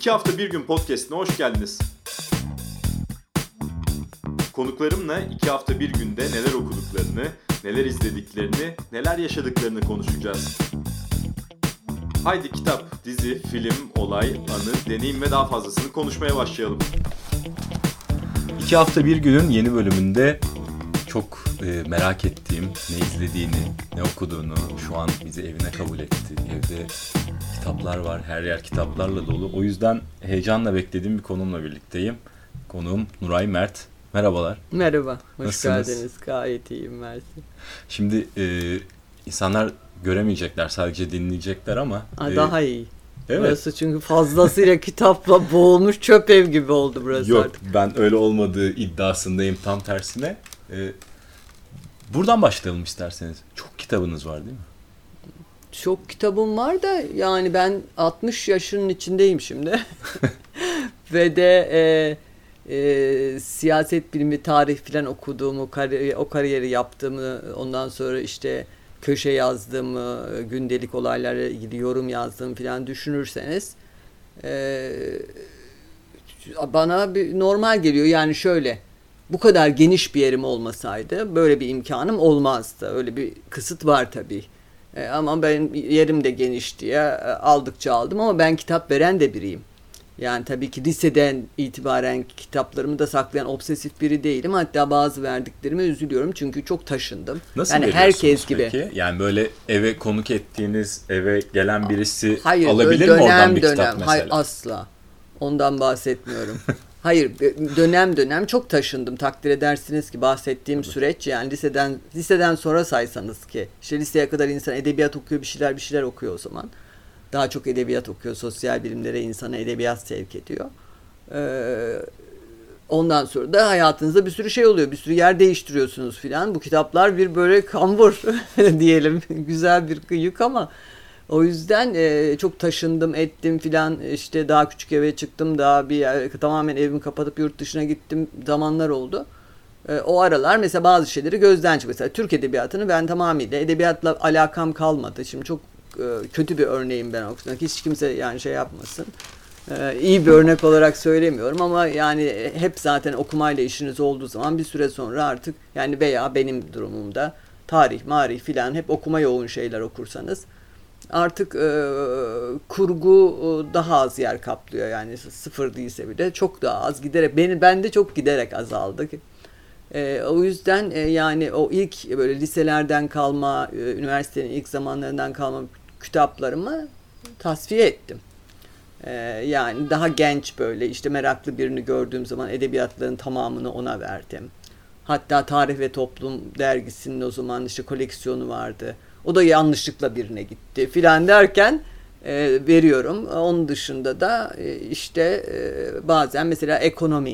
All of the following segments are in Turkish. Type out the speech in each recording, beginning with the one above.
İki Hafta Bir Gün podcastine hoş geldiniz. Konuklarımla 2 hafta bir günde neler okuduklarını, neler izlediklerini, neler yaşadıklarını konuşacağız. Haydi kitap, dizi, film, olay, anı, deneyim ve daha fazlasını konuşmaya başlayalım. 2 hafta bir günün yeni bölümünde çok merak ettiğim ne izlediğini, ne okuduğunu, şu an bizi evine kabul etti. Evde kitaplar var, her yer kitaplarla dolu. O yüzden heyecanla beklediğim bir konumla birlikteyim. Konuğum Nuray Mert. Merhabalar. Merhaba, hoş Nasılsınız? geldiniz. Gayet iyiyim, mersi. Şimdi insanlar göremeyecekler, sadece dinleyecekler ama... Daha iyi. Evet. Burası çünkü fazlasıyla kitapla boğulmuş çöp ev gibi oldu burası Yok, artık. ben öyle olmadığı iddiasındayım, tam tersine. Buradan başlayalım isterseniz. Çok kitabınız var değil mi? Çok kitabım var da yani ben 60 yaşının içindeyim şimdi. Ve de siyaset bilimi, tarih falan okuduğumu, o kariyeri yaptığımı, ondan sonra işte köşe yazdığımı, gündelik olaylarla ilgili yorum yazdığımı falan düşünürseniz bana bir normal geliyor. Yani şöyle, bu kadar geniş bir yerim olmasaydı böyle bir imkanım olmazdı. Öyle bir kısıt var tabii. Ama benim yerim de geniş diye aldıkça aldım, ama ben kitap veren de biriyim. Yani tabii ki liseden itibaren kitaplarımı da saklayan obsesif biri değilim. Hatta bazı verdiklerime üzülüyorum çünkü çok taşındım. Nasıl yani herkes gibi. Peki? Yani böyle eve konuk ettiğiniz, eve gelen birisi hayır, alabilir mi oradan bir kitap mesela? Hayır, asla. Ondan bahsetmiyorum. Hayır, dönem dönem çok taşındım. Takdir edersiniz ki bahsettiğim süreç, yani liseden sonra saysanız ki işte liseye kadar insan edebiyat okuyor, bir şeyler okuyor o zaman. Daha çok edebiyat okuyor, sosyal bilimlere insana edebiyat sevk ediyor. Ondan sonra da hayatınızda bir sürü şey oluyor, bir sürü yer değiştiriyorsunuz filan. Bu kitaplar bir böyle kambur diyelim, güzel bir yük, ama o yüzden çok taşındım ettim filan. İşte daha küçük eve çıktım, daha tamamen evimi kapatıp yurt dışına gittim zamanlar oldu. O aralar mesela bazı şeyleri gözden çıktı. Mesela Türk edebiyatını ben tamamıyla, edebiyatla alakam kalmadı. Şimdi çok kötü bir örneğim ben okumak. Hiç kimse yani şey yapmasın. İyi bir örnek olarak söylemiyorum ama yani hep zaten okumayla işiniz olduğu zaman bir süre sonra artık, yani veya benim durumumda tarih, marih filan hep okuma yoğun şeyler okursanız artık kurgu daha az yer kaplıyor. Yani sıfır değilse bile çok daha az giderek, bende çok giderek azaldı. O yüzden yani o ilk böyle liselerden kalma, üniversitenin ilk zamanlarından kalma kitaplarımı tasfiye ettim. Yani daha genç, böyle işte meraklı birini gördüğüm zaman edebiyatların tamamını ona verdim. Hatta Tarih ve Toplum dergisinin o zaman işte koleksiyonu vardı. O da yanlışlıkla birine gitti filan derken veriyorum. Onun dışında da işte bazen mesela ekonomi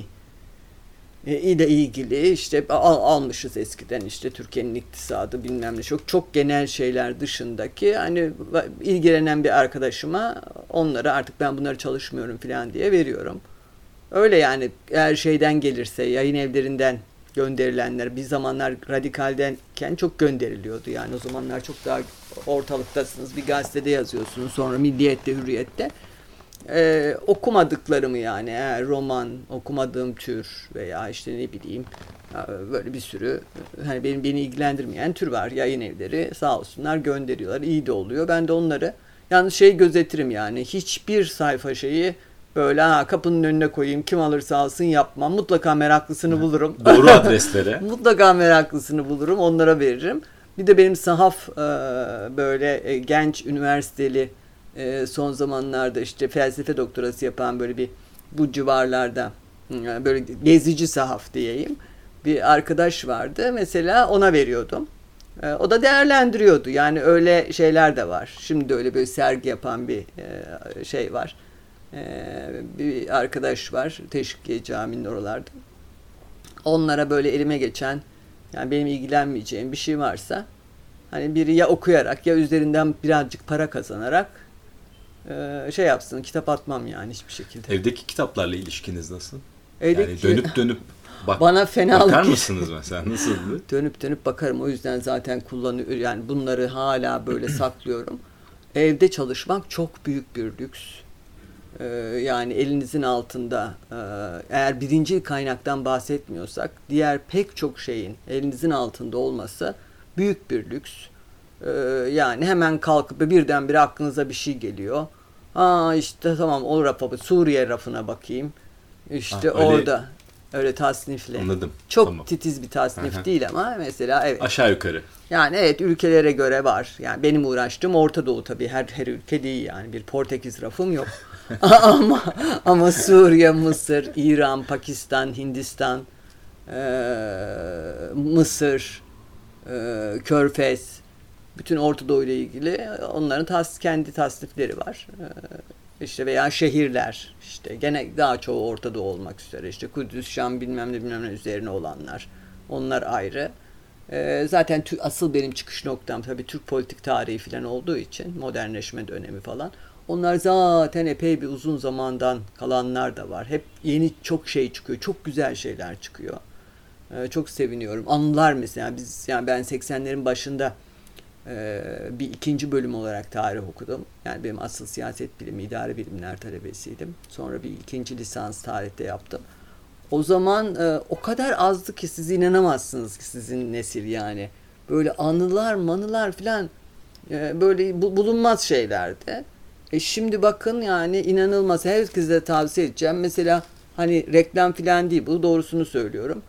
ile ilgili işte almışız eskiden, işte Türkiye'nin iktisadı bilmem ne, çok genel şeyler dışındaki hani ilgilenen bir arkadaşıma, onlara artık ben bunları çalışmıyorum falan diye veriyorum. Öyle yani, eğer şeyden gelirse, yayın evlerinden gönderilenler, bir zamanlar Radikal'denken çok gönderiliyordu. Yani o zamanlar çok daha ortalıktasınız, bir gazetede yazıyorsunuz, sonra Milliyet'te, Hürriyet'te. Okumadıklarımı, yani eğer roman, okumadığım tür veya işte ne bileyim böyle bir sürü hani beni ilgilendirmeyen tür var. Yayın evleri sağ olsunlar gönderiyorlar, iyi de oluyor. Ben de onları yalnız gözetirim, yani hiçbir sayfa şeyi böyle kapının önüne koyayım, kim alırsa alsın yapmam. Mutlaka meraklısını bulurum. Doğru adreslere. Mutlaka meraklısını bulurum, onlara veririm. Bir de benim sahaf böyle genç üniversiteli, son zamanlarda işte felsefe doktorası yapan, böyle bir bu civarlarda böyle gezici sahaf diyeyim, bir arkadaş vardı. Mesela ona veriyordum. O da değerlendiriyordu. Yani öyle şeyler de var. Şimdi de öyle böyle sergi yapan bir şey var. Bir arkadaş var Teşvikiye Camii'nin oralarda. Onlara böyle elime geçen, yani benim ilgilenmeyeceğim bir şey varsa, hani biri ya okuyarak ya üzerinden birazcık para kazanarak şey yapsın, kitap atmam yani hiçbir şekilde. Evdeki kitaplarla ilişkiniz nasıl? Evdeki, yani dönüp bana fenalık. Bakar mısınız mesela? Nasıldı? Dönüp bakarım. O yüzden zaten kullanıyorum. Yani bunları hala böyle saklıyorum. Evde çalışmak çok büyük bir lüks. Yani elinizin altında, eğer birinci kaynaktan bahsetmiyorsak, diğer pek çok şeyin elinizin altında olması büyük bir lüks. Yani hemen kalkıp birdenbire aklınıza bir şey geliyor. İşte tamam, o rafa, Suriye rafına bakayım. İşte öyle, orada öyle tasnifli. Anladım. Çok tamam. titiz bir tasnif değil ama mesela evet. Aşağı yukarı. Yani evet, ülkelere göre var. Yani benim uğraştığım Orta Doğu tabii, her ülke değil yani, bir Portekiz rafım yok. ama Suriye, Mısır, İran, Pakistan, Hindistan, Mısır, Körfez, bütün Orta Doğu ile ilgili onların kendi tasnifleri var. İşte veya şehirler, işte gene daha çoğu Orta Doğu olmak üzere, işte Kudüs, Şam bilmem ne üzerine olanlar, onlar ayrı. Zaten asıl benim çıkış noktam tabii Türk politik tarihi falan olduğu için, modernleşme dönemi falan. Onlar zaten epey bir uzun zamandan kalanlar da var. Hep yeni çok şey çıkıyor, çok güzel şeyler çıkıyor. Çok seviniyorum. Anılar mesela, yani ben 80'lerin başında bir ikinci bölüm olarak tarih okudum. Yani benim asıl siyaset bilimi, idare bilimler talebesiydim. Sonra bir ikinci lisans tarihte yaptım. O zaman o kadar azdı ki siz inanamazsınız ki, sizin nesil yani. Böyle anılar, manılar falan böyle bulunmaz şeylerdi. Şimdi bakın yani, inanılmaz. Herkese de tavsiye edeceğim. Mesela hani reklam falan değil, bu doğrusunu söylüyorum.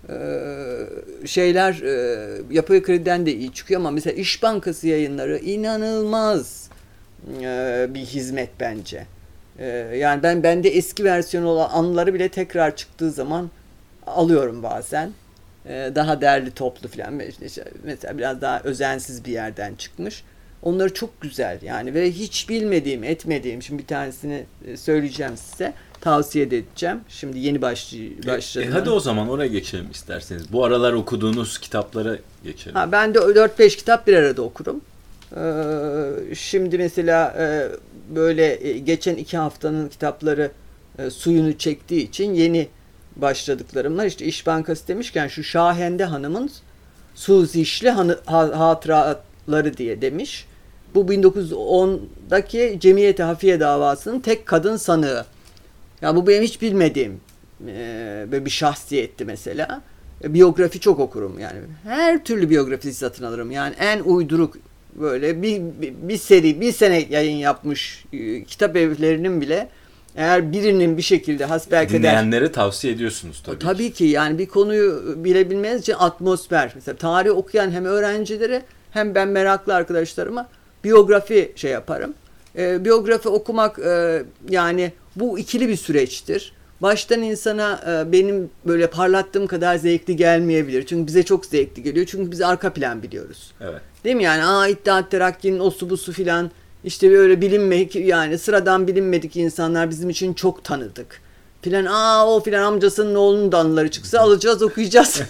Yapı Kredi'den de iyi çıkıyor ama mesela İş Bankası yayınları inanılmaz bir hizmet bence. Yani bende eski versiyonu olan anıları bile tekrar çıktığı zaman alıyorum bazen. Daha derli toplu falan. Mesela biraz daha özensiz bir yerden çıkmış. Onları çok güzel yani, ve hiç bilmediğim, etmediğim, şimdi bir tanesini söyleyeceğim size. Tavsiye de edeceğim. Şimdi yeni başladım. Hadi o zaman oraya geçelim isterseniz. Bu aralar okuduğunuz kitaplara geçelim. Ben de 4-5 kitap bir arada okurum. Şimdi mesela böyle geçen 2 haftanın kitapları suyunu çektiği için yeni başladıklarım var. İşte İş Bankası demişken, şu Şahende Hanım'ın Suzişli Hatıraları diye demiş. Bu 1910'daki Cemiyeti Hafiye davasının tek kadın sanığı. Ya bu benim hiç bilmediğim bir şahsiyetti mesela. Biyografi çok okurum yani. Her türlü biyografi satın alırım. Yani en uyduruk böyle bir seri, bir sene yayın yapmış kitap evlerinin bile, eğer birinin bir şekilde hasbelkader... Dinleyenlere tavsiye ediyorsunuz tabii. Tabii ki yani, bir konuyu bilebilmeniz için atmosfer. Mesela tarih okuyan hem öğrencilere hem ben meraklı arkadaşlarıma biyografi yaparım. Biyografi okumak yani bu ikili bir süreçtir. Baştan insana benim böyle parlattığım kadar zevkli gelmeyebilir. Çünkü bize çok zevkli geliyor. Çünkü biz arka plan biliyoruz. Evet. Değil mi yani? İttihat Terakki'nin osu busu filan, işte böyle bilinmedik, yani sıradan bilinmedik insanlar bizim için çok tanıdık. Filan o filan amcasının oğlunun da anıları çıksa alacağız, okuyacağız.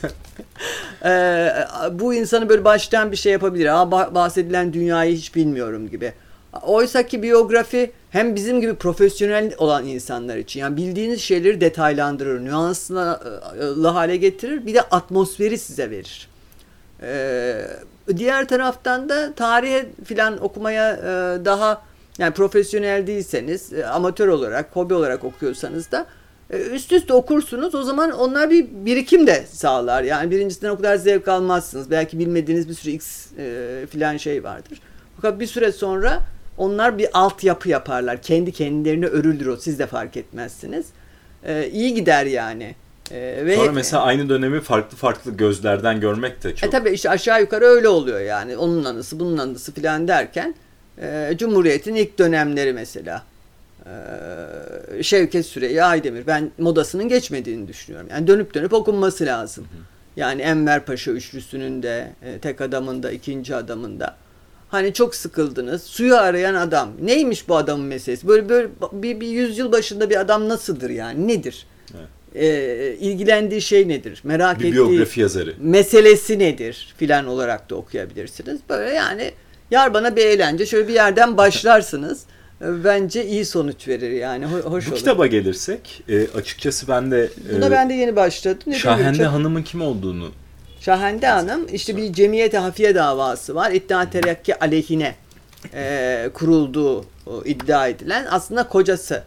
Bu insanı böyle baştan bir şey yapabilir. Bahsedilen dünyayı hiç bilmiyorum gibi. Oysa ki biyografi hem bizim gibi profesyonel olan insanlar için, yani bildiğiniz şeyleri detaylandırır, nüanslı hale getirir, bir de atmosferi size verir. Diğer taraftan da tarihe filan okumaya daha, yani profesyonel değilseniz, amatör olarak, hobi olarak okuyorsanız da üst üste okursunuz. O zaman onlar bir birikim de sağlar. Yani birincisinden o kadar zevk almazsınız. Belki bilmediğiniz bir sürü filan şey vardır. Fakat bir süre sonra onlar bir altyapı yaparlar. Kendi kendilerine örülür o. Siz de fark etmezsiniz. İyi gider yani. Sonra mesela aynı dönemi farklı gözlerden görmek de çok... Tabii işte aşağı yukarı öyle oluyor yani. Onun anısı, bunun anısı filan derken Cumhuriyet'in ilk dönemleri mesela. Şevket Süreyya Aydemir. Ben modasının geçmediğini düşünüyorum. Yani dönüp dönüp okunması lazım. Yani Enver Paşa üçlüsünün de, tek adamın da, ikinci adamın da. Hani çok sıkıldınız. Suyu arayan adam. Neymiş bu adamın meselesi? Böyle bir yüzyıl başında bir adam nasıldır yani? Nedir? Evet. İlgilendiği şey nedir? Merak ettiği biyografi yazarı. Meselesi nedir? Filan olarak da okuyabilirsiniz. Böyle yani yar bana bir eğlence. Şöyle bir yerden başlarsınız. Bence iyi sonuç verir yani. Hoş olur. Bu kitaba gelirsek açıkçası ben de... Buna ben de yeni başladım. Şahende Hanım'ın kim olduğunu... Şahende Hanım işte bir Cemiyeti Hafiye davası var. İttihat Terakki aleyhine kurulduğu iddia edilen, aslında kocası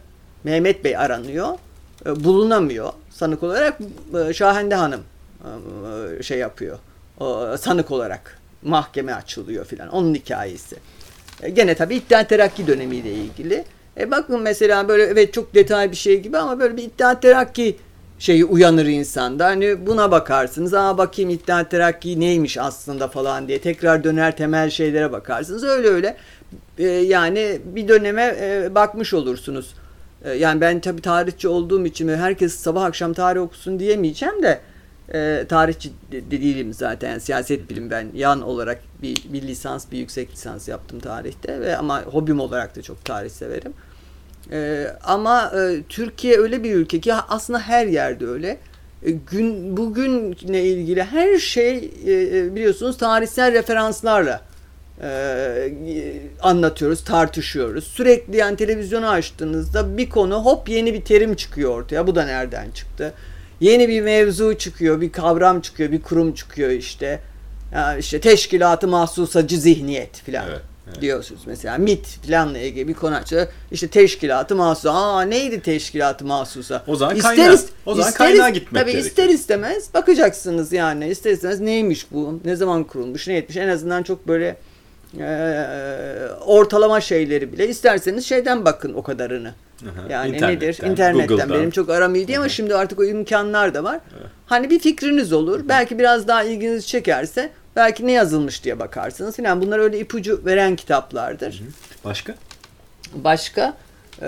Mehmet Bey aranıyor. Bulunamıyor. Sanık olarak Şahende Hanım şey yapıyor. Sanık olarak mahkeme açılıyor filan. Onun hikayesi. Gene tabii İttihat Terakki dönemiyle ilgili. Bakın mesela böyle evet çok detay bir şey gibi ama böyle bir İttihat Terakki şeyi uyanır insanda. Hani buna bakarsınız. Bakayım İttihat Terakki neymiş aslında falan diye. Tekrar döner temel şeylere bakarsınız. Öyle yani bir döneme bakmış olursunuz. Yani ben tabii tarihçi olduğum için herkes sabah akşam tarih okusun diyemeyeceğim de tarihçi değilim zaten. Yani siyaset bilim ben yan olarak bir lisans, bir yüksek lisans yaptım tarihte ama hobim olarak da çok tarih severim. Ama Türkiye öyle bir ülke ki aslında her yerde öyle. Bugünle ilgili her şey biliyorsunuz tarihsel referanslarla anlatıyoruz, tartışıyoruz. Sürekli yani televizyonu açtığınızda bir konu hop yeni bir terim çıkıyor ortaya. Bu da nereden çıktı? Yeni bir mevzu çıkıyor, bir kavram çıkıyor, bir kurum çıkıyor işte. Yani işte teşkilatı mahsusacı zihniyet filan. Evet. Diyorsunuz mesela MIT filanla ilgili bir konu açıyor. İşte teşkilatı mahsusa. Neydi teşkilatı mahsusa? O zaman kaynağa gitmek tabii gerekiyor. İster istemez bakacaksınız yani. İster istemez neymiş bu? Ne zaman kurulmuş? Ne etmiş? En azından çok böyle ortalama şeyleri bile isterseniz şeyden bakın o kadarını. Yani nedir? İnternetten. Google'dan. Benim çok aram iyi değil ama şimdi artık o imkanlar da var. Evet. Hani bir fikriniz olur. Belki biraz daha ilginizi çekerse belki ne yazılmış diye bakarsınız filan. Bunlar öyle ipucu veren kitaplardır. Başka?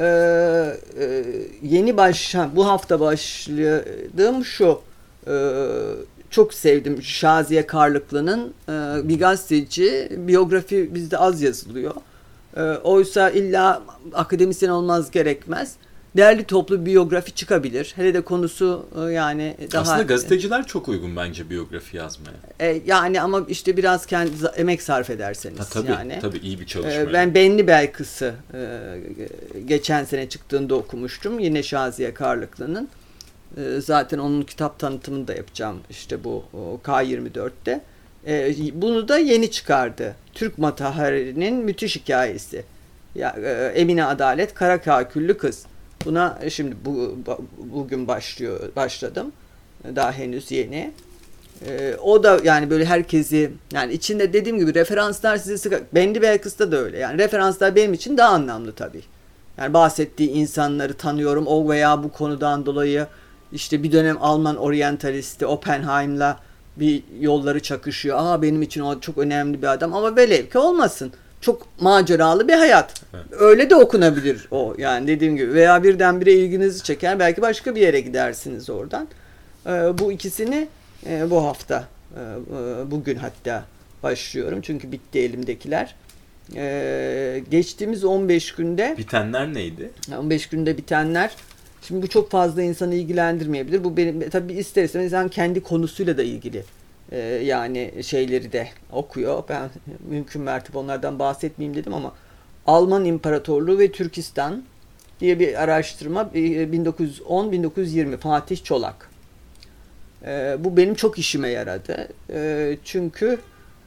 Yeni bu hafta başladığım şu çok sevdim Şaziye Karlıklı'nın bir gazeteci biyografi bizde az yazılıyor. Oysa illa akademisyen olmaz gerekmez. Değerli toplu biyografi çıkabilir. Hele de konusu yani daha... Aslında gazeteciler çok uygun bence biyografi yazmaya. Yani ama işte biraz kendi emek sarf ederseniz. Tabii, yani. Tabii iyi bir çalışma. Ben Benli Belkıs'ı geçen sene çıktığında okumuştum. Yine Şaziye Karlıklı'nın. Zaten onun kitap tanıtımını da yapacağım işte bu K24'te. Bunu da yeni çıkardı. Türk Matahari'nin müthiş hikayesi. Emine Adalet Karakaküllü Kız. Buna şimdi bugün başladım. Daha henüz yeni. O da yani böyle herkesi yani içinde dediğim gibi referanslar sizi Benli Belkıs'ta da öyle. Yani referanslar benim için daha anlamlı tabii. Yani bahsettiği insanları tanıyorum o veya bu konudan dolayı işte bir dönem Alman oryantalisti Oppenheim'la bir yolları çakışıyor. Benim için o çok önemli bir adam ama velev ki olmasın. Çok maceralı bir hayat. Evet. Öyle de okunabilir o yani dediğim gibi. Veya birdenbire ilginizi çeker. Belki başka bir yere gidersiniz oradan. Bu ikisini bu hafta bugün hatta başlıyorum. Çünkü bitti elimdekiler. Geçtiğimiz 15 günde... Bitenler neydi? 15 günde bitenler... Şimdi bu çok fazla insanı ilgilendirmeyebilir. Bu benim tabii ister istemez insan kendi konusuyla da ilgili yani şeyleri de okuyor. Ben mümkün mertebe onlardan bahsetmeyeyim dedim ama Alman İmparatorluğu ve Türkistan diye bir araştırma 1910-1920 Fatih Çolak. Bu benim çok işime yaradı. Çünkü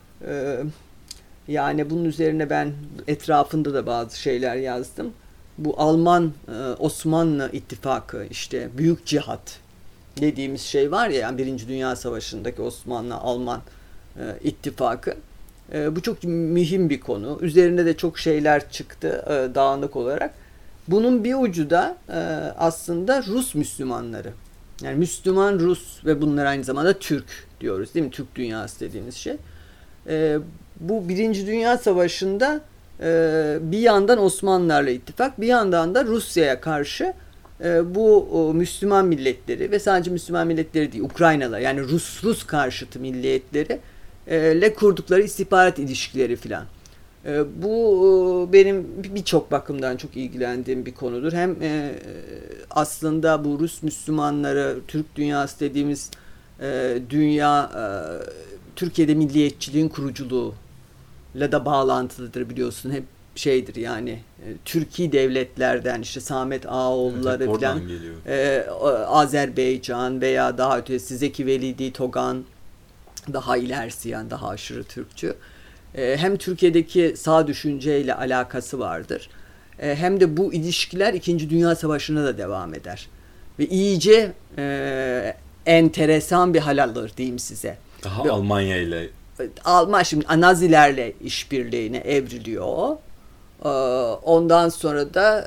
yani bunun üzerine ben etrafında da bazı şeyler yazdım. Bu Alman Osmanlı ittifakı işte büyük cihat dediğimiz şey var ya yani Birinci Dünya Savaşı'ndaki Osmanlı-Alman ittifakı. Bu çok mühim bir konu. Üzerinde de çok şeyler çıktı dağınık olarak. Bunun bir ucu da aslında Rus Müslümanları. Yani Müslüman Rus ve bunlar aynı zamanda Türk diyoruz değil mi? Türk dünyası dediğimiz şey. Bu Birinci Dünya Savaşı'nda bir yandan Osmanlılarla ittifak, bir yandan da Rusya'ya karşı bu Müslüman milletleri ve sadece Müslüman milletleri değil, Ukraynalılar yani Rus karşıtı milliyetleri ile kurdukları istihbarat ilişkileri filan. Bu benim birçok bakımdan çok ilgilendiğim bir konudur. Hem aslında bu Rus Müslümanları, Türk dünyası dediğimiz dünya Türkiye'de milliyetçiliğin kuruculuğu ile de bağlantılıdır biliyorsun. Hep şeydir yani Türkiye devletlerden işte Samet Ağaoğulları falan Azerbaycan veya daha ötesi Zeki Velidi Togan daha ilerisi yani daha aşırı Türkçü. Hem Türkiye'deki sağ düşünceyle alakası vardır. hem de bu ilişkiler 2. Dünya Savaşı'na da devam eder. Ve iyice enteresan bir hal alır diyeyim size. Daha Almanya ile Alman şimdi Nazilerle işbirliğine evriliyor o. Ondan sonra da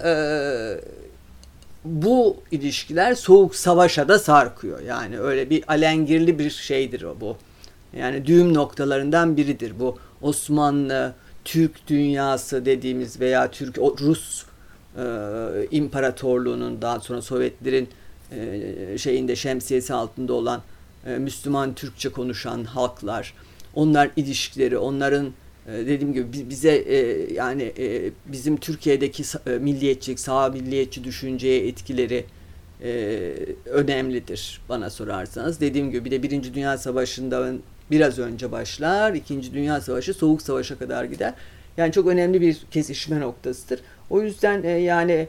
bu ilişkiler Soğuk Savaş'a da sarkıyor. Yani öyle bir alengirli bir şeydir o bu. Yani düğüm noktalarından biridir bu. Osmanlı, Türk dünyası dediğimiz veya Rus İmparatorluğu'nun daha sonra Sovyetlerin şeyinde şemsiyesi altında olan Müslüman Türkçe konuşan halklar, onlar ilişkileri, onların dediğim gibi bize yani bizim Türkiye'deki milliyetçilik, sağ milliyetçi düşünceye etkileri önemlidir bana sorarsanız. Dediğim gibi bir de 1. Dünya Savaşı'ndan biraz önce başlar, 2. Dünya Savaşı Soğuk Savaş'a kadar gider. Yani çok önemli bir kesişme noktasıdır. O yüzden yani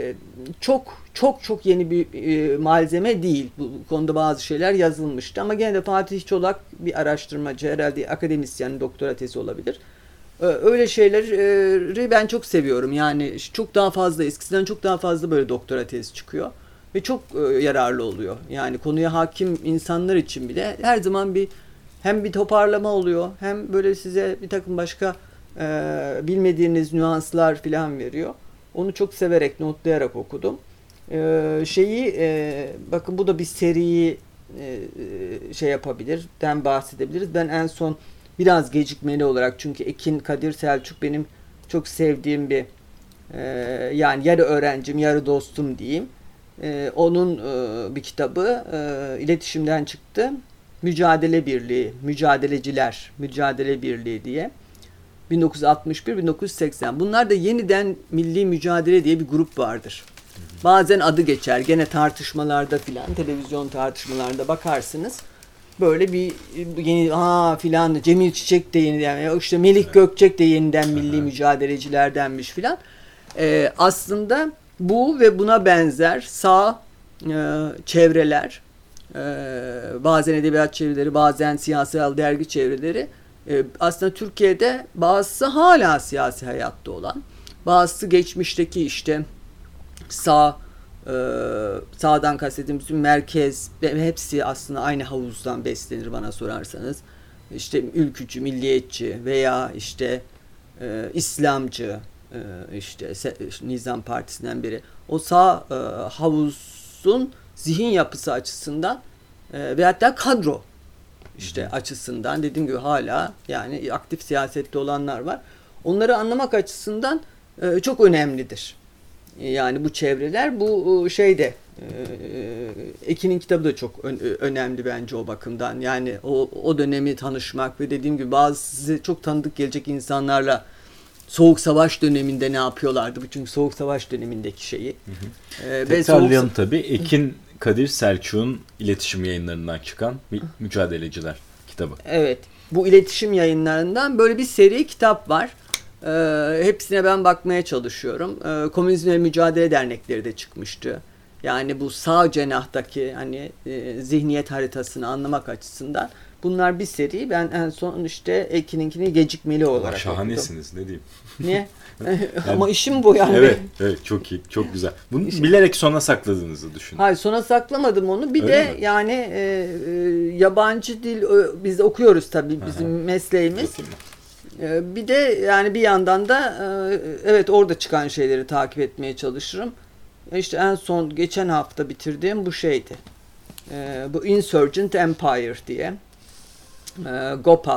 çok yeni bir malzeme değil. Bu konuda bazı şeyler yazılmıştı ama gene de Fatih Çolak bir araştırmacı, herhalde akademisyen, doktora tezi olabilir. Öyle şeyleri ben çok seviyorum. Yani çok daha fazla, eskisinden çok daha fazla böyle doktora tezi çıkıyor ve çok yararlı oluyor. Yani konuya hakim insanlar için bile her zaman hem bir toparlama oluyor, hem böyle size bir takım başka bilmediğiniz nüanslar falan veriyor. Onu çok severek, notlayarak okudum. Bakın bu da bir seriyi şey yapabilirden bahsedebiliriz. Ben en son biraz gecikmeli olarak, çünkü Ekin Kadir Selçuk benim çok sevdiğim bir yani yarı öğrencim, yarı dostum diyeyim. Onun bir kitabı iletişimden çıktı. Mücadele Birliği, Mücadeleciler, Mücadele Birliği diye. 1961-1980. Bunlar da yeniden milli mücadele diye bir grup vardır. Bazen adı geçer. Gene tartışmalarda filan, televizyon tartışmalarında bakarsınız. Böyle bir yeni filan, Cemil Çiçek de yeniden, işte Melih Gökçek de yeniden milli mücadelecilerdenmiş filan. Aslında bu ve buna benzer sağ çevreler, bazen edebiyat çevreleri, bazen siyasal dergi çevreleri, aslında Türkiye'de bazısı hala siyasi hayatta olan, bazısı geçmişteki işte sağdan kastettiğimiz merkez, hepsi aslında aynı havuzdan beslenir bana sorarsanız. İşte ülkücü, milliyetçi veya işte İslamcı, işte Nizam Partisi'nden biri. O sağ havuzun zihin yapısı açısından ve hatta kadro işte açısından, dediğim gibi hala yani aktif siyasette olanlar var. Onları anlamak açısından çok önemlidir. Yani bu çevreler, bu şeyde Ekin'in kitabı da çok önemli bence o bakımdan. Yani o dönemi tanışmak ve dediğim gibi bazı size çok tanıdık gelecek insanlarla Soğuk Savaş döneminde ne yapıyorlardı? Bu çünkü Soğuk Savaş dönemindeki şeyi. Tekrarlayalım tabii. Ekin Kadir Selçuk'un iletişim yayınlarından çıkan Mücadeleciler kitabı. Evet. Bu iletişim yayınlarından böyle bir seri kitap var. Hepsine ben bakmaya çalışıyorum. Komünizmle Mücadele Dernekleri de çıkmıştı. Yani bu sağ cenahtaki hani zihniyet haritasını anlamak açısından bunlar bir seri. Ben en son işte Ekin'inkini gecikmeli olarak şahanesiniz, okudum. ne diyeyim. Niye? Ama işim bu yani. Evet, çok iyi, çok güzel. Bunu bilerek sona sakladığınızı düşünün. Hayır, sona saklamadım onu. Bir Öyle de mi? Yani yabancı dil biz okuyoruz tabii, bizim mesleğimiz. Bir de yani bir yandan da evet, orada çıkan şeyleri takip etmeye çalışırım. İşte en son geçen hafta bitirdiğim bu şeydi. Bu Insurgent Empire diye. Gopal.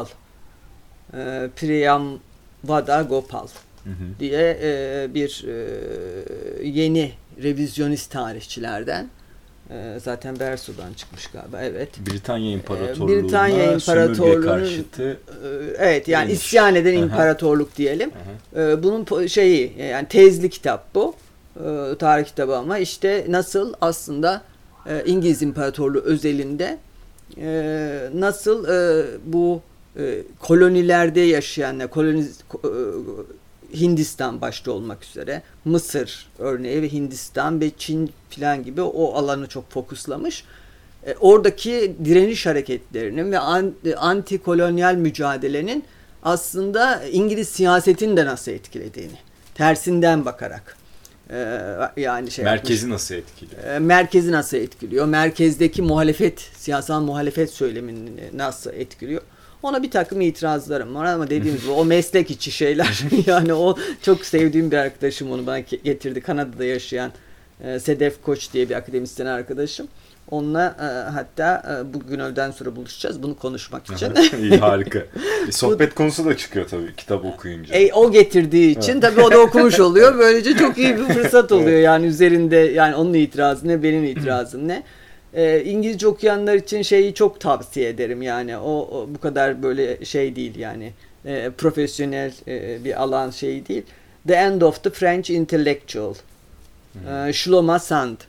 Priyamvada Gopal diye bir yeni revizyonist tarihçilerden. Zaten Bersu'dan çıkmış galiba, evet. Britanya İmparatorluğu'na İmparatorluğu'nun karşıtı evet, yani isyan eden imparatorluk diyelim. Bunun şeyi, yani tezli kitap bu. Tarih kitabı ama işte nasıl aslında İngiliz İmparatorluğu özelinde nasıl bu kolonilerde yaşayanlar, Hindistan başta olmak üzere, Mısır örneği ve Hindistan ve Çin falan gibi o alanı çok fokuslamış. Oradaki direniş hareketlerinin ve anti-kolonyal mücadelenin aslında İngiliz siyasetini de nasıl etkilediğini, tersinden bakarak. Yani şey merkezi nasıl etkiliyor? Merkezi nasıl etkiliyor? Merkezdeki muhalefet, siyasal muhalefet söylemini nasıl etkiliyor? Ona bir takım itirazlarım var ama dediğim gibi o meslek içi şeyler. Yani o çok sevdiğim bir arkadaşım onu bana getirdi. Kanada'da yaşayan Sedef Koç diye bir akademisyen arkadaşım. Onunla hatta bugün öğleden sonra buluşacağız bunu konuşmak için. İyi, harika. Sohbet konusu da çıkıyor tabii kitap okuyunca. O getirdiği için tabii o da okumuş oluyor. Böylece çok iyi bir fırsat oluyor yani üzerinde yani onun itirazı ne benim itirazım ne. İngilizce okuyanlar için şeyi çok tavsiye ederim yani o bu kadar böyle şey değil yani profesyonel bir alan şey değil. The End of the French Intellectual. Shlomo Sand.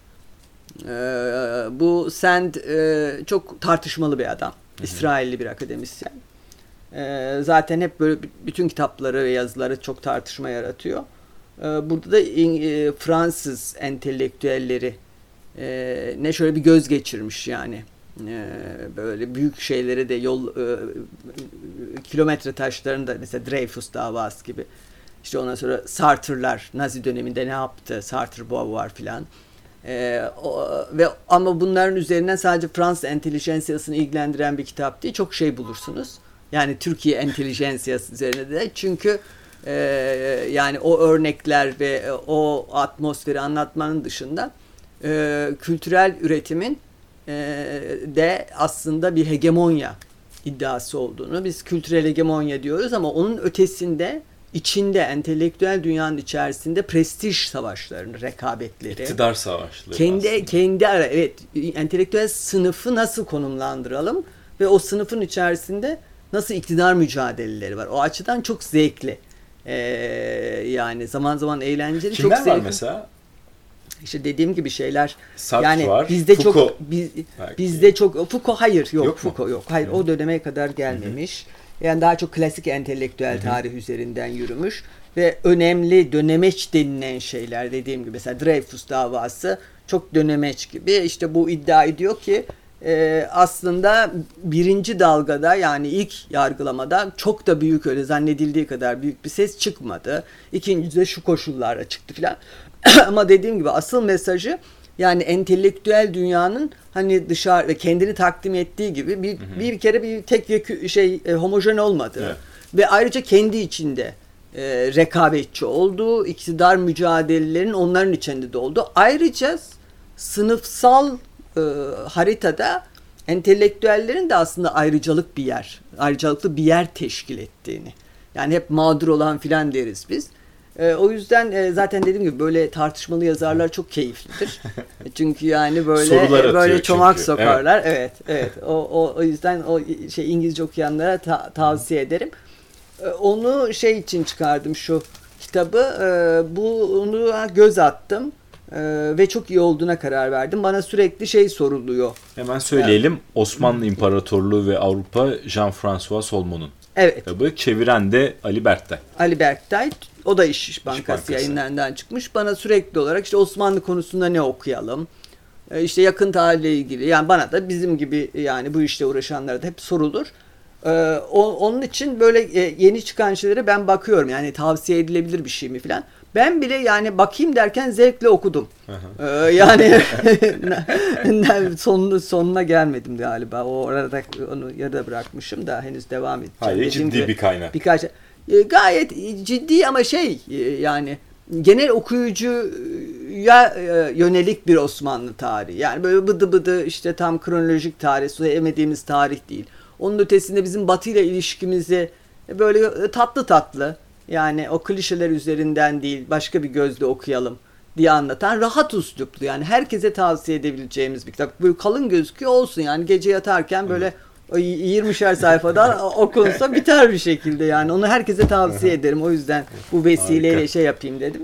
Bu Sand çok tartışmalı bir adam. İsrailli bir akademisyen. Zaten hep böyle bütün kitapları ve yazıları çok tartışma yaratıyor. Burada da Fransız entelektüelleri ne şöyle bir göz geçirmiş yani. Böyle büyük şeylere de kilometre taşlarında mesela Dreyfus davası gibi. İşte ondan sonra Sartre'lar Nazi döneminde ne yaptı? Sartre, Beauvoir filan. Ama bunların üzerinden sadece Fransız entelijensiyasını ilgilendiren bir kitap değil. Çok şey bulursunuz. Yani Türkiye entelijensiyası üzerine de. Çünkü yani o örnekler ve o atmosferi anlatmanın dışında kültürel üretimin de aslında bir hegemonya iddiası olduğunu biz kültürel hegemonya diyoruz ama onun ötesinde içinde entelektüel dünyanın içerisinde prestij savaşlarını, rekabetleri, iktidar savaşları. Kendi evet entelektüel sınıfı nasıl konumlandıralım ve o sınıfın içerisinde nasıl iktidar mücadeleleri var. O açıdan çok zevkli. Yani zaman zaman eğlenceli. Kimler çok zevkli. Var mesela? İşte dediğim gibi şeyler. Sartre yani var. Bizde Foucault çok bizde çok Foucault hayır yok Foucault yok. Hayır Hı-hı. o döneme kadar gelmemiş. Hı-hı. Yani daha çok klasik entelektüel Hı-hı. tarih üzerinden yürümüş ve önemli dönemeç denilen şeyler dediğim gibi mesela Dreyfus davası çok dönemeç gibi. İşte bu iddia ediyor ki aslında birinci dalgada yani ilk yargılamada çok da büyük öyle zannedildiği kadar büyük bir ses çıkmadı. İkincide şu koşullarla çıktı filan. Ama dediğim gibi asıl mesajı yani entelektüel dünyanın hani dışarı ve kendini takdim ettiği gibi bir kere bir tek homojen olmadı. Evet. Ve ayrıca kendi içinde rekabetçi olduğu, iktidar mücadelelerinin onların içinde de olduğu. Ayrıca sınıfsal haritada entelektüellerin de aslında ayrıcalıklı bir yer teşkil ettiğini. Yani hep mağdur olan filan deriz biz. O yüzden zaten dediğim gibi böyle tartışmalı yazarlar çok keyiflidir. Çünkü yani böyle çomak çünkü. Sokarlar. Evet. O yüzden o İngilizce okuyanlara tavsiye ederim. Onu için çıkardım şu kitabı. Bunu göz attım. Ve çok iyi olduğuna karar verdim. Bana sürekli soruluyor. Hemen söyleyelim. Osmanlı İmparatorluğu ve Avrupa Jean-François Solmon'un. Evet. Kitabı. Çeviren de Ali Berktay. Ali Berktay. O da İş Bankası yayınlarından çıkmış. Bana sürekli olarak Osmanlı konusunda ne okuyalım? Yakın tarihle ilgili. Yani bana da bizim gibi yani bu işle uğraşanlara da hep sorulur. Onun için böyle yeni çıkan şeylere ben bakıyorum. Yani tavsiye edilebilir bir şey mi falan. Ben bile yani bakayım derken zevkle okudum. Yani sonuna gelmedim galiba. O arada onu yarıda bırakmışım da henüz devam edeceğim. Hayır, ciddi bir kaynak. Gayet ciddi ama yani genel okuyucuya yönelik bir Osmanlı tarihi. Yani böyle bıdı bıdı tam kronolojik tarih, sevmediğimiz tarih değil. Onun ötesinde bizim Batı ile ilişkimizi böyle tatlı yani o klişeler üzerinden değil başka bir gözle okuyalım diye anlatan rahat üsluplu yani herkese tavsiye edebileceğimiz bir kitap. Böyle kalın gözüküyor olsun yani gece yatarken böyle 20'şer sayfadan okunsa biter bir şekilde yani onu herkese tavsiye ederim. O yüzden bu vesileyle yapayım dedim.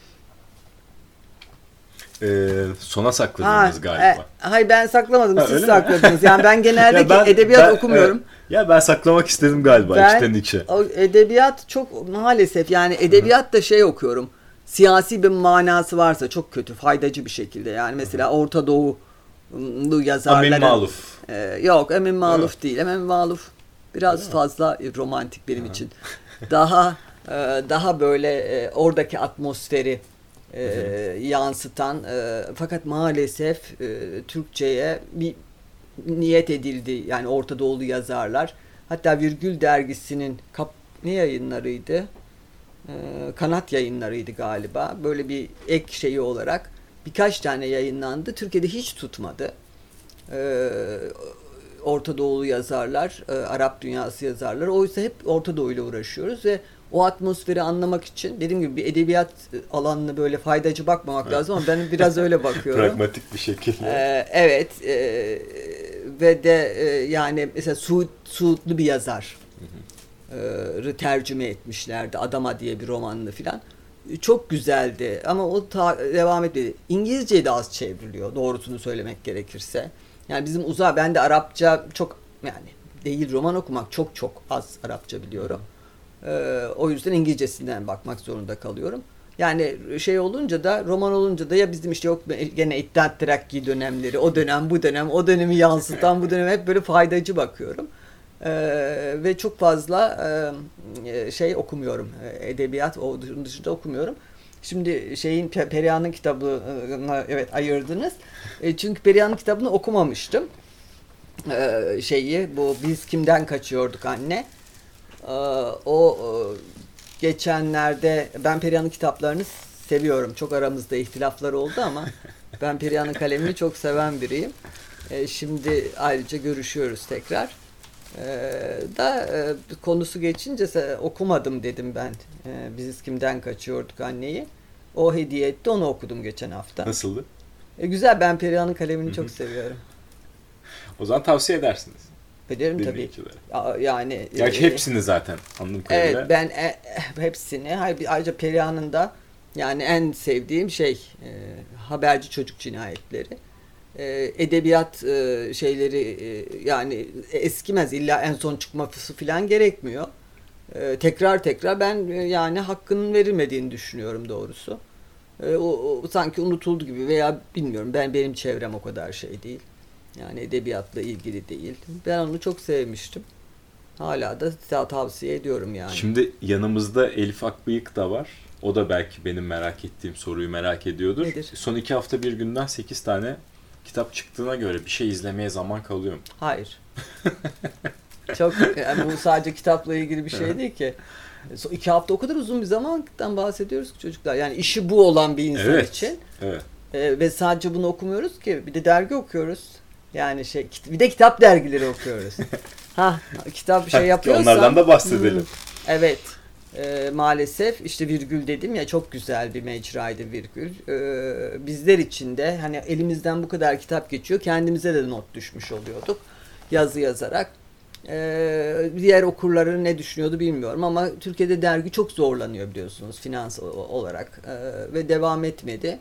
Sona sakladınız galiba. Hayır ben saklamadım. Siz sakladınız. Yani ben genelde edebiyat okumuyorum. Ya ben saklamak istedim galiba içten içe. Edebiyat çok maalesef yani edebiyat da okuyorum. Siyasi bir manası varsa çok kötü, faydacı bir şekilde. Yani mesela Orta Doğu yazarların. Emin Maluf. Yok Emin Maluf değil. Emin Maluf biraz fazla romantik benim için. Daha böyle oradaki atmosferi yansıtan fakat maalesef Türkçe'ye bir niyet edildi. Yani Orta Doğulu yazarlar. Hatta Virgül dergisinin ne yayınlarıydı? Kanat yayınlarıydı galiba. Böyle bir ek şeyi olarak birkaç tane yayınlandı. Türkiye'de hiç tutmadı. Orta Doğulu yazarlar, Arap dünyası yazarları. Oysa hep Orta Doğu ile uğraşıyoruz ve o atmosferi anlamak için dediğim gibi bir edebiyat alanına böyle faydacı bakmamak lazım ama ben biraz öyle bakıyorum. Pragmatik bir şekilde. Evet. Ve de yani mesela Suudlu bir yazar tercüme etmişlerdi. Adama diye bir romanını filan. Çok güzeldi ama o devam etmedi. İngilizce'ye de az çevriliyor doğrusunu söylemek gerekirse. Yani bizim ben de Arapça çok yani değil roman okumak çok az Arapça biliyorum. O yüzden İngilizcesinden bakmak zorunda kalıyorum. Yani şey olunca da roman olunca da ya bizim işte yok gene İttihat Terakki dönemleri o dönem bu dönem o dönemi yansıtan bu dönem hep böyle faydacı bakıyorum. Ve çok fazla şey okumuyorum. Edebiyat onun dışında okumuyorum. Şimdi Perihan'ın kitabına evet ayırdınız. Çünkü Perihan'ın kitabını okumamıştım. Bu Biz Kimden Kaçıyorduk Anne. Geçenlerde ben Perihan'ın kitaplarını seviyorum. Çok aramızda ihtilaflar oldu ama ben Perihan'ın kalemini çok seven biriyim. Şimdi ayrıca görüşüyoruz tekrar. Konusu geçince okumadım dedim ben. Biz Kimden Kaçıyorduk Anne'yi. O hediye etti, onu okudum geçen hafta. Nasıldı? Güzel, ben Perihan'ın kalemini çok seviyorum. O zaman tavsiye edersiniz. Ederim tabii. Yani gerçi hepsini zaten anladığım kadarıyla. Evet, ben hepsini. Ayrıca Perihan'ın da yani en sevdiğim Haberci Çocuk Cinayetleri. Edebiyat şeyleri yani eskimez, illa en son çıkması falan gerekmiyor. Tekrar ben yani hakkının verilmediğini düşünüyorum doğrusu. O sanki unutuldu gibi veya bilmiyorum, benim çevrem o kadar şey değil. Yani edebiyatla ilgili değil. Ben onu çok sevmiştim. Hala da tavsiye ediyorum yani. Şimdi yanımızda Elif Akbıyık da var. O da belki benim merak ettiğim soruyu merak ediyordur. Nedir? Son 2 hafta bir günden 8 tane kitap çıktığına göre bir şey izlemeye zaman kalıyor mu? Hayır. Çok yani bu sadece kitapla ilgili bir şey değil ki. 2 hafta o kadar uzun bir zamandan bahsediyoruz ki çocuklar. Yani işi bu olan bir insan için. Evet. Ve sadece bunu okumuyoruz ki. Bir de dergi okuyoruz. Yani bir de kitap dergileri okuyoruz. Kitap yapıyorsam. Onlardan da bahsedelim. Evet. Maalesef işte Virgül dedim ya, çok güzel bir mecraydı Virgül. Bizler için de hani elimizden bu kadar kitap geçiyor. Kendimize de not düşmüş oluyorduk. Yazı yazarak. Diğer okurları ne düşünüyordu bilmiyorum ama Türkiye'de dergi çok zorlanıyor biliyorsunuz finans olarak ve devam etmedi.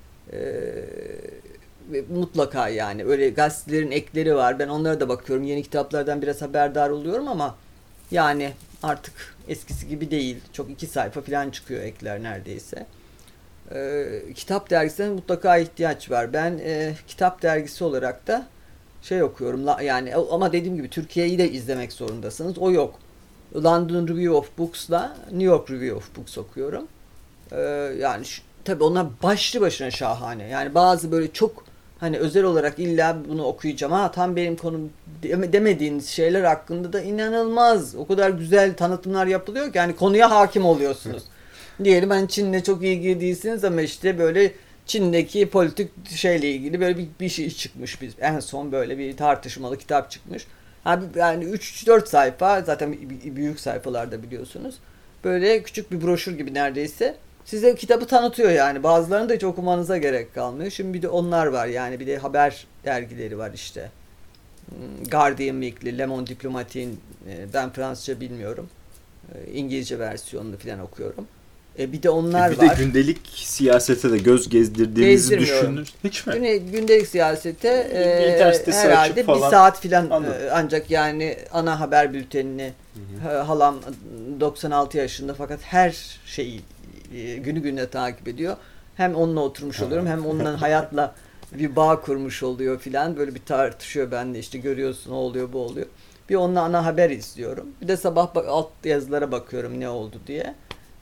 Mutlaka yani öyle gazetelerin ekleri var, ben onlara da bakıyorum, yeni kitaplardan biraz haberdar oluyorum ama yani artık eskisi gibi değil, çok 2 sayfa falan çıkıyor ekler neredeyse. Kitap dergisine mutlaka ihtiyaç var. Ben kitap dergisi olarak da okuyorum yani, ama dediğim gibi Türkiye'yi de izlemek zorundasınız, o yok. London Review of Books'la New York Review of Books okuyorum. Yani tabii onlar başlı başına şahane. Yani bazı böyle çok hani özel olarak illa bunu okuyacağım, tam benim konum demediğiniz şeyler hakkında da inanılmaz, o kadar güzel tanıtımlar yapılıyor ki yani konuya hakim oluyorsunuz. Diyelim hani Çin'le çok ilgili değilsiniz ama işte böyle Çin'deki politik şeyle ilgili böyle bir şey çıkmış. En son böyle bir tartışmalı kitap çıkmış. Yani 3-4 sayfa, zaten büyük sayfalarda biliyorsunuz. Böyle küçük bir broşür gibi neredeyse. Size kitabı tanıtıyor yani. Bazılarını da hiç okumanıza gerek kalmıyor. Şimdi bir de onlar var yani. Bir de haber dergileri var işte. Guardian Weekly, Le Monde Diplomatic'in, ben Fransızca bilmiyorum. İngilizce versiyonunu falan okuyorum. Bir de onlar var. Bir de gündelik siyasete de göz gezdirdiğinizi düşünür. Hiç mi? Gündelik siyasete herhalde 1 saat falan ancak yani ana haber bültenini, halam 96 yaşında fakat her şeyi günü gününe takip ediyor. Hem onunla oturmuş oluyorum hem onunla hayatla bir bağ kurmuş oluyor filan. Böyle bir tartışıyor benimle, işte görüyorsun o oluyor bu oluyor. Bir onunla ana haber izliyorum. Bir de sabah alt yazılara bakıyorum ne oldu diye.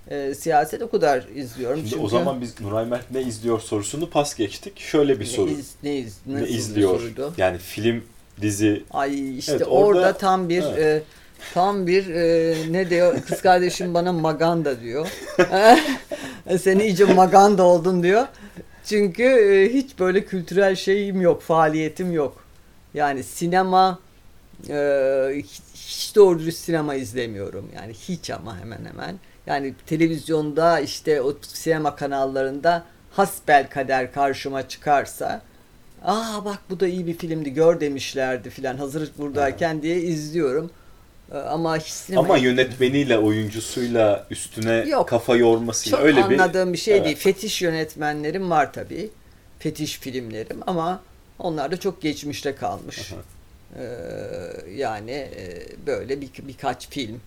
siyaset o kadar izliyorum. Şimdi çünkü o zaman biz Nuray Mert ne izliyor sorusunu pas geçtik. Şöyle bir soru. ne izliyor? soruydu? Yani film, dizi. Ay işte Evet, orada tam bir evet. ne diyor kız kardeşim bana maganda diyor. Sen iyice maganda oldun diyor. Çünkü hiç böyle kültürel şeyim yok, faaliyetim yok. Yani sinema hiç doğru dürüst sinema izlemiyorum. Yani hiç ama hemen hemen. Yani televizyonda işte o sinema kanallarında hasbelkader karşıma çıkarsa bak bu da iyi bir filmdi gör demişlerdi filan hazır buradayken diye izliyorum. Ama hiç sinema... Ama yönetmeniyle, oyuncusuyla üstüne Yok. kafa yormasıyla Çok öyle anladığım bir şey evet. değil. Fetiş yönetmenlerim var tabii. Fetiş filmlerim ama onlar da çok geçmişte kalmış. Yani böyle birkaç film.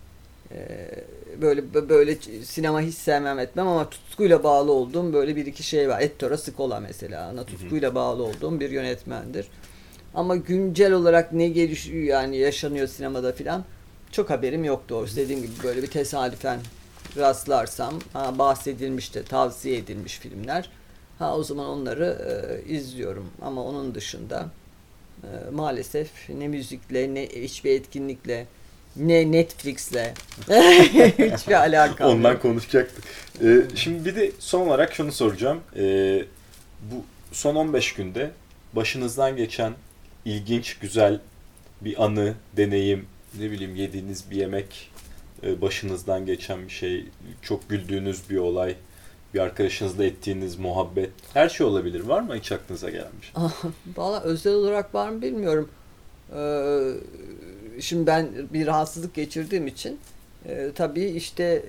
Böyle sinema hiç sevmem etmem ama tutkuyla bağlı olduğum böyle bir iki şey var. Ettore Scola mesela. Ona tutkuyla bağlı olduğum bir yönetmendir. Ama güncel olarak ne gelişiyor yani yaşanıyor sinemada filan çok haberim yok doğrusu. Dediğim gibi böyle bir tesadüfen rastlarsam bahsedilmiş de tavsiye edilmiş filmler o zaman onları izliyorum. Ama onun dışında maalesef ne müzikle ne hiçbir etkinlikle ne Netflix'le hiçbir alakam yok. Ondan konuşacaktık. Şimdi bir de son olarak şunu soracağım. Bu son 15 günde başınızdan geçen ilginç, güzel bir anı, deneyim, ne bileyim yediğiniz bir yemek, başınızdan geçen bir şey, çok güldüğünüz bir olay, bir arkadaşınızla ettiğiniz muhabbet, her şey olabilir. Var mı hiç aklınıza gelen bir şey? Valla özel olarak var mı bilmiyorum. Şimdi ben bir rahatsızlık geçirdiğim için tabii işte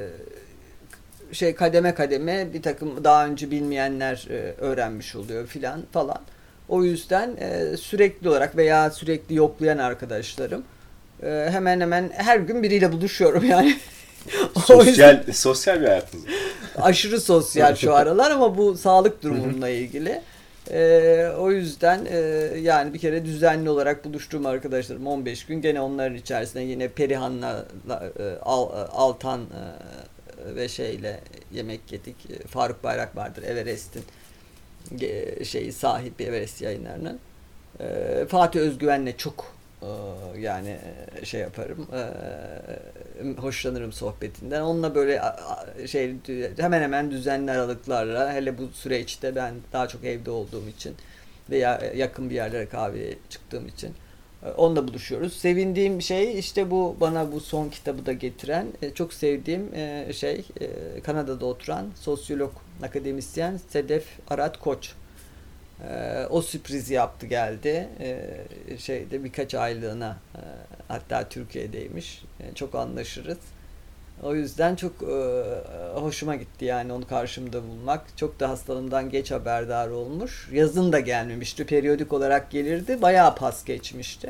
kademe kademe bir takım daha önce bilmeyenler öğrenmiş oluyor filan falan. O yüzden sürekli olarak veya sürekli yoklayan arkadaşlarım hemen hemen her gün biriyle buluşuyorum yani. Sosyal bir hayatınız var. Aşırı sosyal şu aralar ama bu sağlık durumumla ilgili. O yüzden yani bir kere düzenli olarak buluştuğum arkadaşlarım 15 gün gene onların içerisinde yine Perihan'la Altan ve yemek yedik. Faruk Bayrak vardır Everest'in sahibi Everest yayınlarının. Fatih Özgüven'le çok yani yaparım. Hoşlanırım sohbetinden. Onunla böyle hemen hemen düzenli aralıklarla hele bu süreçte ben daha çok evde olduğum için veya yakın bir yerlere kahveye çıktığım için onunla buluşuyoruz. Sevindiğim şey işte bu bana bu son kitabı da getiren çok sevdiğim Kanada'da oturan sosyolog, akademisyen Sedef Arat Koç. O sürpriz yaptı geldi. Birkaç aylığına hatta Türkiye'deymiş. Çok anlaşırız. O yüzden çok hoşuma gitti yani onu karşımda bulmak. Çok da hastalığımdan geç haberdar olmuş. Yazın da gelmemişti. Periyodik olarak gelirdi. Bayağı pas geçmişti.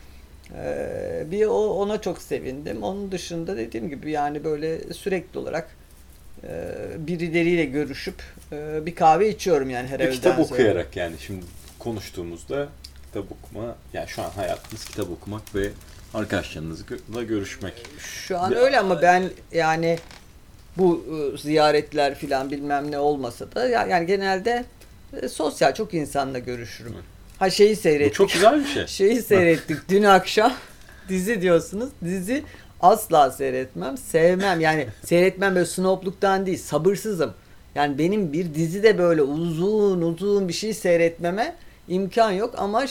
Ona çok sevindim. Onun dışında dediğim gibi yani böyle sürekli olarak birileriyle görüşüp bir kahve içiyorum yani her öğleden Kitap sonra. okuyarak yani şimdi konuştuğumuzda kitap okuma yani şu an hayatınız kitap okumak ve arkadaşlarınızla görüşmek. Şu an öyle ama ben yani bu ziyaretler filan bilmem ne olmasa da yani genelde sosyal çok insanla görüşürüm. Seyrettik. Bu çok güzel bir şey. Seyrettik dün akşam dizi diyorsunuz. Dizi asla seyretmem, sevmem. Yani seyretmem böyle snobluktan değil, sabırsızım. Yani benim bir dizide böyle uzun bir şey seyretmeme imkan yok ama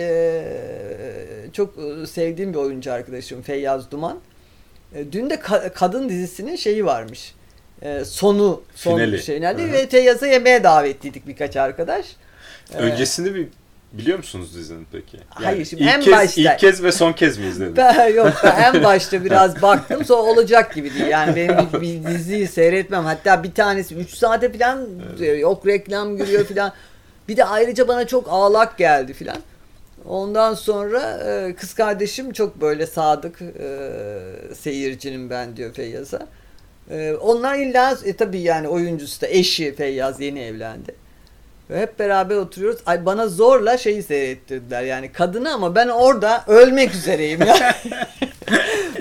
çok sevdiğim bir oyuncu arkadaşım Feyyaz Duman. Dün de kadın dizisinin varmış. Son finali. Ve Feyyaz'a yemeğe davetliydik birkaç arkadaş. Öncesini biliyor musunuz dizinin peki? Yani hayır şimdi ilk kez ve son kez mi izledin? Ben en başta biraz baktım sonra olacak gibi değil. Yani benim bir diziyi seyretmem. Hatta bir tanesi 3 saate falan yok reklam giriyor falan. Bir de ayrıca bana çok ağlak geldi falan. Ondan sonra kız kardeşim çok böyle sadık seyircinim ben diyor Feyyaz'a. Onlar illa tabii yani oyuncusu da eşi Feyyaz yeni evlendi. Ve hep beraber oturuyoruz. Ay bana zorla seyrettirdiler yani kadını ama ben orada ölmek üzereyim yani.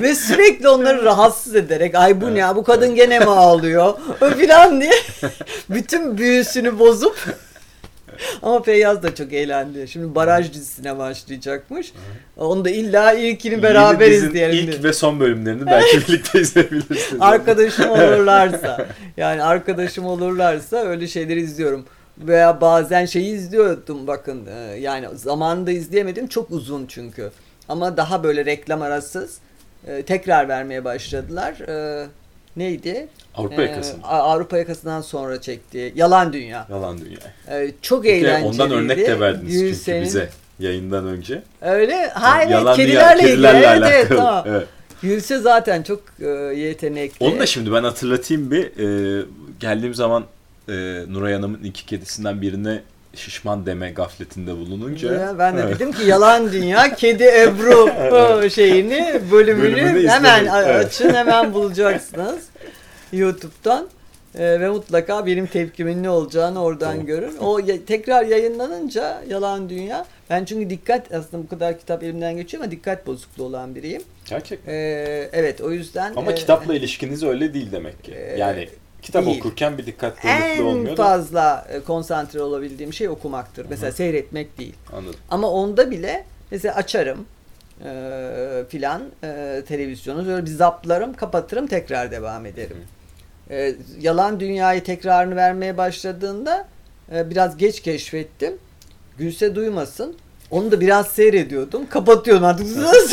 Ve sürekli onları rahatsız ederek ay bu ne ya, bu kadın gene mi ağlıyor falan diye bütün büyüsünü bozup ama Feyyaz da çok eğlendi. Şimdi Baraj dizisine başlayacakmış. Onu da illa ilkini beraber Yeni dizinin izleyelim İlk diyor. ve son bölümlerini belki birlikte izleyebilirsiniz. Arkadaşım olurlarsa. Yani arkadaşım olurlarsa öyle şeyleri izliyorum. Veya bazen şeyi izliyordum bakın. Yani zamanında izleyemedim. Çok uzun çünkü. Ama daha böyle reklam arasız. Tekrar vermeye başladılar. Neydi? Avrupa Yakası. Avrupa Yakası'ndan sonra çektiği Yalan Dünya. Yalan Dünya. Çok Peki, eğlenceliydi. ondan örnek de verdiniz çünkü Gülsen'in... bize yayından önce. Öyle. Hayır, Yalan kedilerle ilgili. kedilerle Evet, alakalı. evet, tamam. Evet. Gülse zaten çok yetenekli. Onu da şimdi ben hatırlatayım bir. Geldiğim zaman Nuray Hanım'ın 2 kedisinden birine şişman deme gafletinde bulununca. Ya ben de dedim ki Yalan Dünya Kedi Ebru bölümünü Bölümünü hemen izlemeyin. Evet. açın, hemen bulacaksınız YouTube'dan. Ve mutlaka benim tepkimin ne olacağını oradan Tamam. görün. O tekrar yayınlanınca Yalan Dünya. Ben çünkü aslında bu kadar kitap elimden geçiyor ama dikkat bozukluğu olan biriyim. Gerçekten. Evet, o yüzden. Ama kitapla ilişkiniz öyle değil demek ki. Yani kitap değil. okurken bir dikkat bozukluğu olmuyor En da. fazla konsantre olabildiğim şey okumaktır. Mesela seyretmek değil. Anladım. Ama onda bile mesela açarım filan televizyonu, böyle bir zaplarım, kapatırım, tekrar devam ederim. Yalan Dünya'yı tekrarını vermeye başladığında biraz geç keşfettim. Gülse duymasın. Onu da biraz seyrediyordum. Kapatıyordum artık.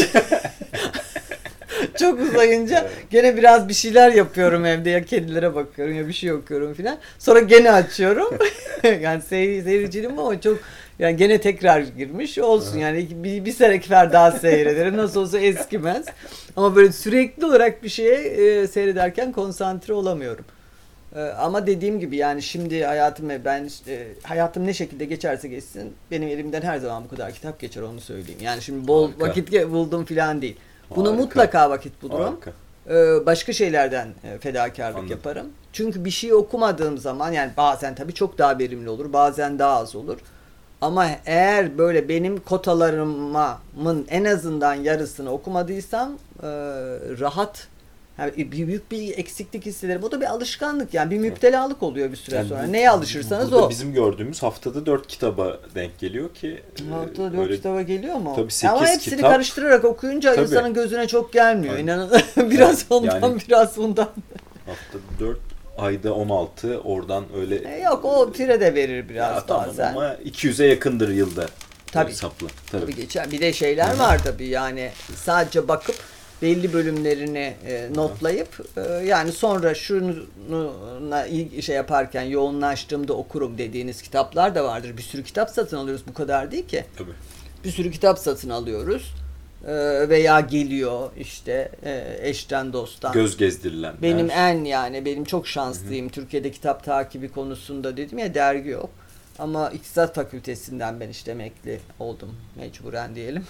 Çok uzayınca gene biraz bir şeyler yapıyorum evde. Ya kedilere bakıyorum ya bir şey okuyorum filan. Sonra gene açıyorum. Yani seyirciliğim ama çok yani gene tekrar girmiş olsun. Yani bir sefer daha seyrederim. Nasıl olsa eskimez. Ama böyle sürekli olarak bir şeye seyrederken konsantre olamıyorum. Ama dediğim gibi yani şimdi hayatım ne şekilde geçerse geçsin benim elimden her zaman bu kadar kitap geçer, onu söyleyeyim. Yani şimdi bol Harika. vakit buldum filan değil. Buna Harika. mutlaka vakit bulurum. Harika. Başka şeylerden fedakarlık Anladım. yaparım. Çünkü bir şey okumadığım zaman yani bazen tabii çok daha verimli olur, bazen daha az olur. Ama eğer böyle benim kotalarımın en azından yarısını okumadıysam rahat, yani büyük bir eksiklik hissederim. O da bir alışkanlık, yani bir müptelalık oluyor bir süre Yani sonra. Neye alışırsanız burada o. bizim gördüğümüz haftada 4 kitaba denk geliyor ki. Haftada 4 öyle- kitaba geliyor mu? Tabii 8 ama hepsini kitap. karıştırarak okuyunca Tabii. insanın gözüne çok gelmiyor. Aynen. İnanın. Biraz ondan Yani- biraz bundan. Haftada 4, ayda 16, oradan öyle. Yok, o pire de verir biraz Ya tamam bazen. ama 200'e yakındır yılda. Tabii. Sapla. Tabii geçer. Bir de şeyler var tabii, yani sadece bakıp belli bölümlerini notlayıp yani sonra şuna şey yaparken yoğunlaştığımda okurum dediğiniz kitaplar da vardır. Bir sürü kitap satın alıyoruz, bu kadar değil ki. Tabii. Bir sürü kitap satın alıyoruz veya geliyor işte eşten dosttan. Göz gezdirilen. Benim çok şanslıyım. Türkiye'de kitap takibi konusunda dedim ya, dergi yok. Ama İktisat Fakültesinden ben işte emekli oldum mecburen diyelim.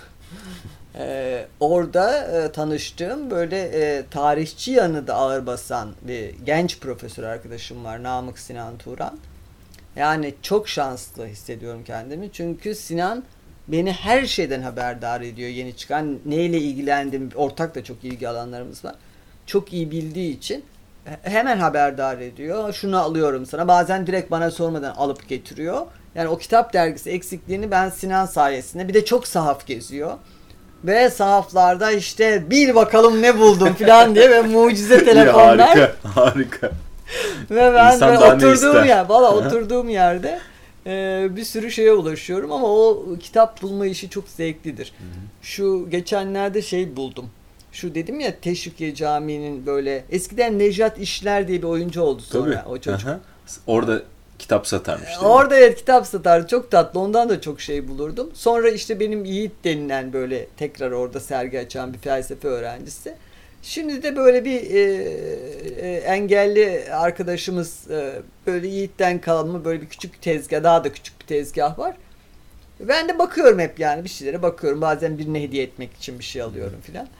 Orada tanıştığım böyle tarihçi yanı da ağır basan bir genç profesör arkadaşım var, Namık Sinan Turan. Yani çok şanslı hissediyorum kendimi. Çünkü Sinan beni her şeyden haberdar ediyor, yeni çıkan neyle ilgilendim. Ortak da çok ilgi alanlarımız var. Çok iyi bildiği için hemen haberdar ediyor. Şunu alıyorum sana. Bazen direkt bana sormadan alıp getiriyor. Yani o kitap dergisi eksikliğini ben Sinan sayesinde, bir de çok sahaf geziyor. Ve sahaflarda işte bil bakalım ne buldum falan diye ve mucize telefonlar. Harika, harika. Ve ben İnsan böyle daha ne oturduğum ister? oturduğum yerde bir sürü şeye ulaşıyorum ama o kitap bulma işi çok zevklidir. Şu geçenlerde şey buldum. Şu dedim ya, Teşvikiye Camii'nin böyle eskiden Nejat İşler diye bir oyuncu oldu sonra. Tabii. O çocuk. Aha. Orada kitap satarmış değil mi? Orada evet kitap satardı. Çok tatlı. Ondan da çok şey bulurdum. Sonra işte benim Yiğit denilen böyle tekrar orada sergi açan bir felsefe öğrencisi. Şimdi de böyle bir engelli arkadaşımız böyle Yiğit'ten kalma böyle bir küçük tezgah, daha da küçük bir tezgah var. Ben de bakıyorum hep, yani bir şeylere bakıyorum. Bazen birine hediye etmek için bir şey alıyorum filan.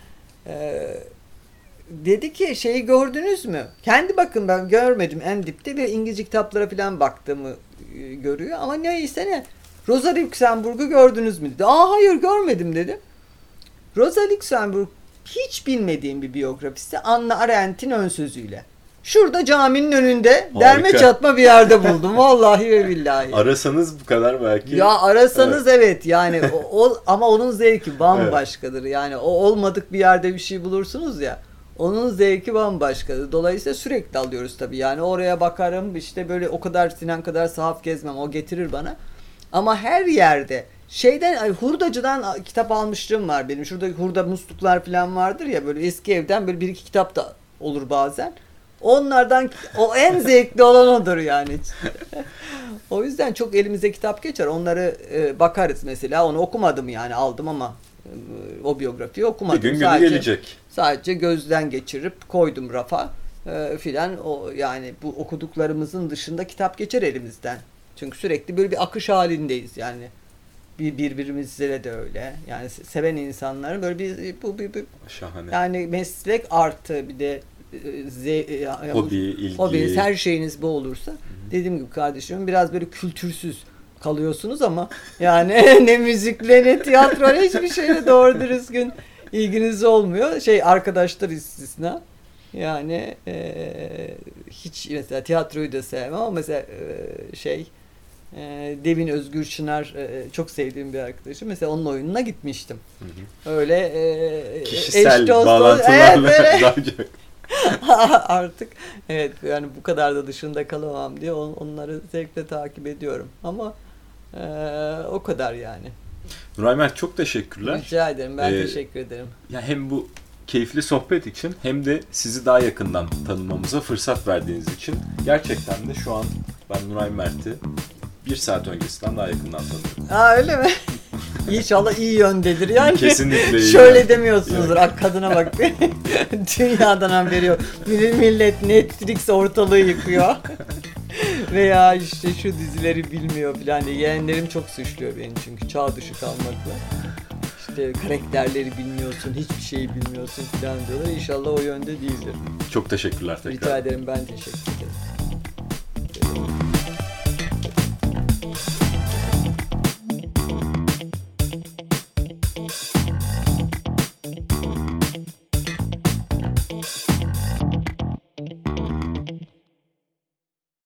Dedi ki şeyi gördünüz mü? Kendi bakın, ben görmedim en dipte ve İngilizce kitaplara falan baktığımı görüyor. Ama neyse ne. Rosa Luxemburg'u gördünüz mü dedi. Hayır görmedim dedim. Rosa Luxemburg hiç bilmediğim bir biyografisi Hannah Arendt'in ön sözüyle. Şurada caminin önünde derme çatma bir yerde buldum. Vallahi ve billahi. Arasanız bu kadar belki. Ya arasanız evet yani ama onun zevki bambaşkadır. Yani o olmadık bir yerde bir şey bulursunuz ya. Onun zevki bambaşkadır. Dolayısıyla sürekli alıyoruz tabii. Yani oraya bakarım işte böyle o kadar Sinan kadar sahaf gezmem. O getirir bana. Ama her yerde hurdacıdan kitap almışlığım var benim. Şurada hurda musluklar falan vardır ya böyle eski evden böyle bir iki kitap da olur bazen. Onlardan o en zevkli olan odur yani. O yüzden çok elimize kitap geçer. Onları bakarız mesela. Onu okumadım yani aldım ama o biyografiyi okumadım. Bir gün günü gelecek. Sadece gözden geçirip koydum rafa filan. O yani bu okuduklarımızın dışında kitap geçer elimizden. Çünkü sürekli böyle bir akış halindeyiz yani. Birbirimizle de öyle. Yani seven insanların böyle bir şahane. Yani meslek artı bir de hobi, ilgi. Her şeyiniz bu olursa dediğim gibi kardeşim biraz böyle kültürsüz kalıyorsunuz ama yani ne müzikle ne tiyatro hiçbir şeyle doğru düzgün ilginiz olmuyor. Arkadaşlar istisna. Yani hiç mesela tiyatroyu da sevmem ama mesela Devin Özgür Çınar çok sevdiğim bir arkadaşım. Mesela onun oyununa gitmiştim. Öyle kişisel bağlantılarla artık evet yani bu kadar da dışında kalamam diye onları zevkle takip ediyorum. Ama o kadar yani. Nuray Mert çok teşekkürler. Rica ederim. Ben teşekkür ederim. Ya hem bu keyifli sohbet için hem de sizi daha yakından tanımamıza fırsat verdiğiniz için gerçekten de şu an ben Nuray Mert'i 1 saat öncesinden daha yakından tanıyorum. Öyle mi? İnşallah iyi yöndedir yani. Kesinlikle iyi. Şöyle demiyorsunuzdur. Kadına bak. Dünyadan haberi yok. Millet Netflix ortalığı yıkıyor. Veya işte şu dizileri bilmiyor falan diye. Yeğenlerim çok suçluyor beni çünkü çağ dışı kalmakla. İşte karakterleri bilmiyorsun, hiçbir şeyi bilmiyorsun falan diyorlar. İnşallah o yönde değildir. Çok teşekkürler tekrar. Rica ederim, ben teşekkür ederim.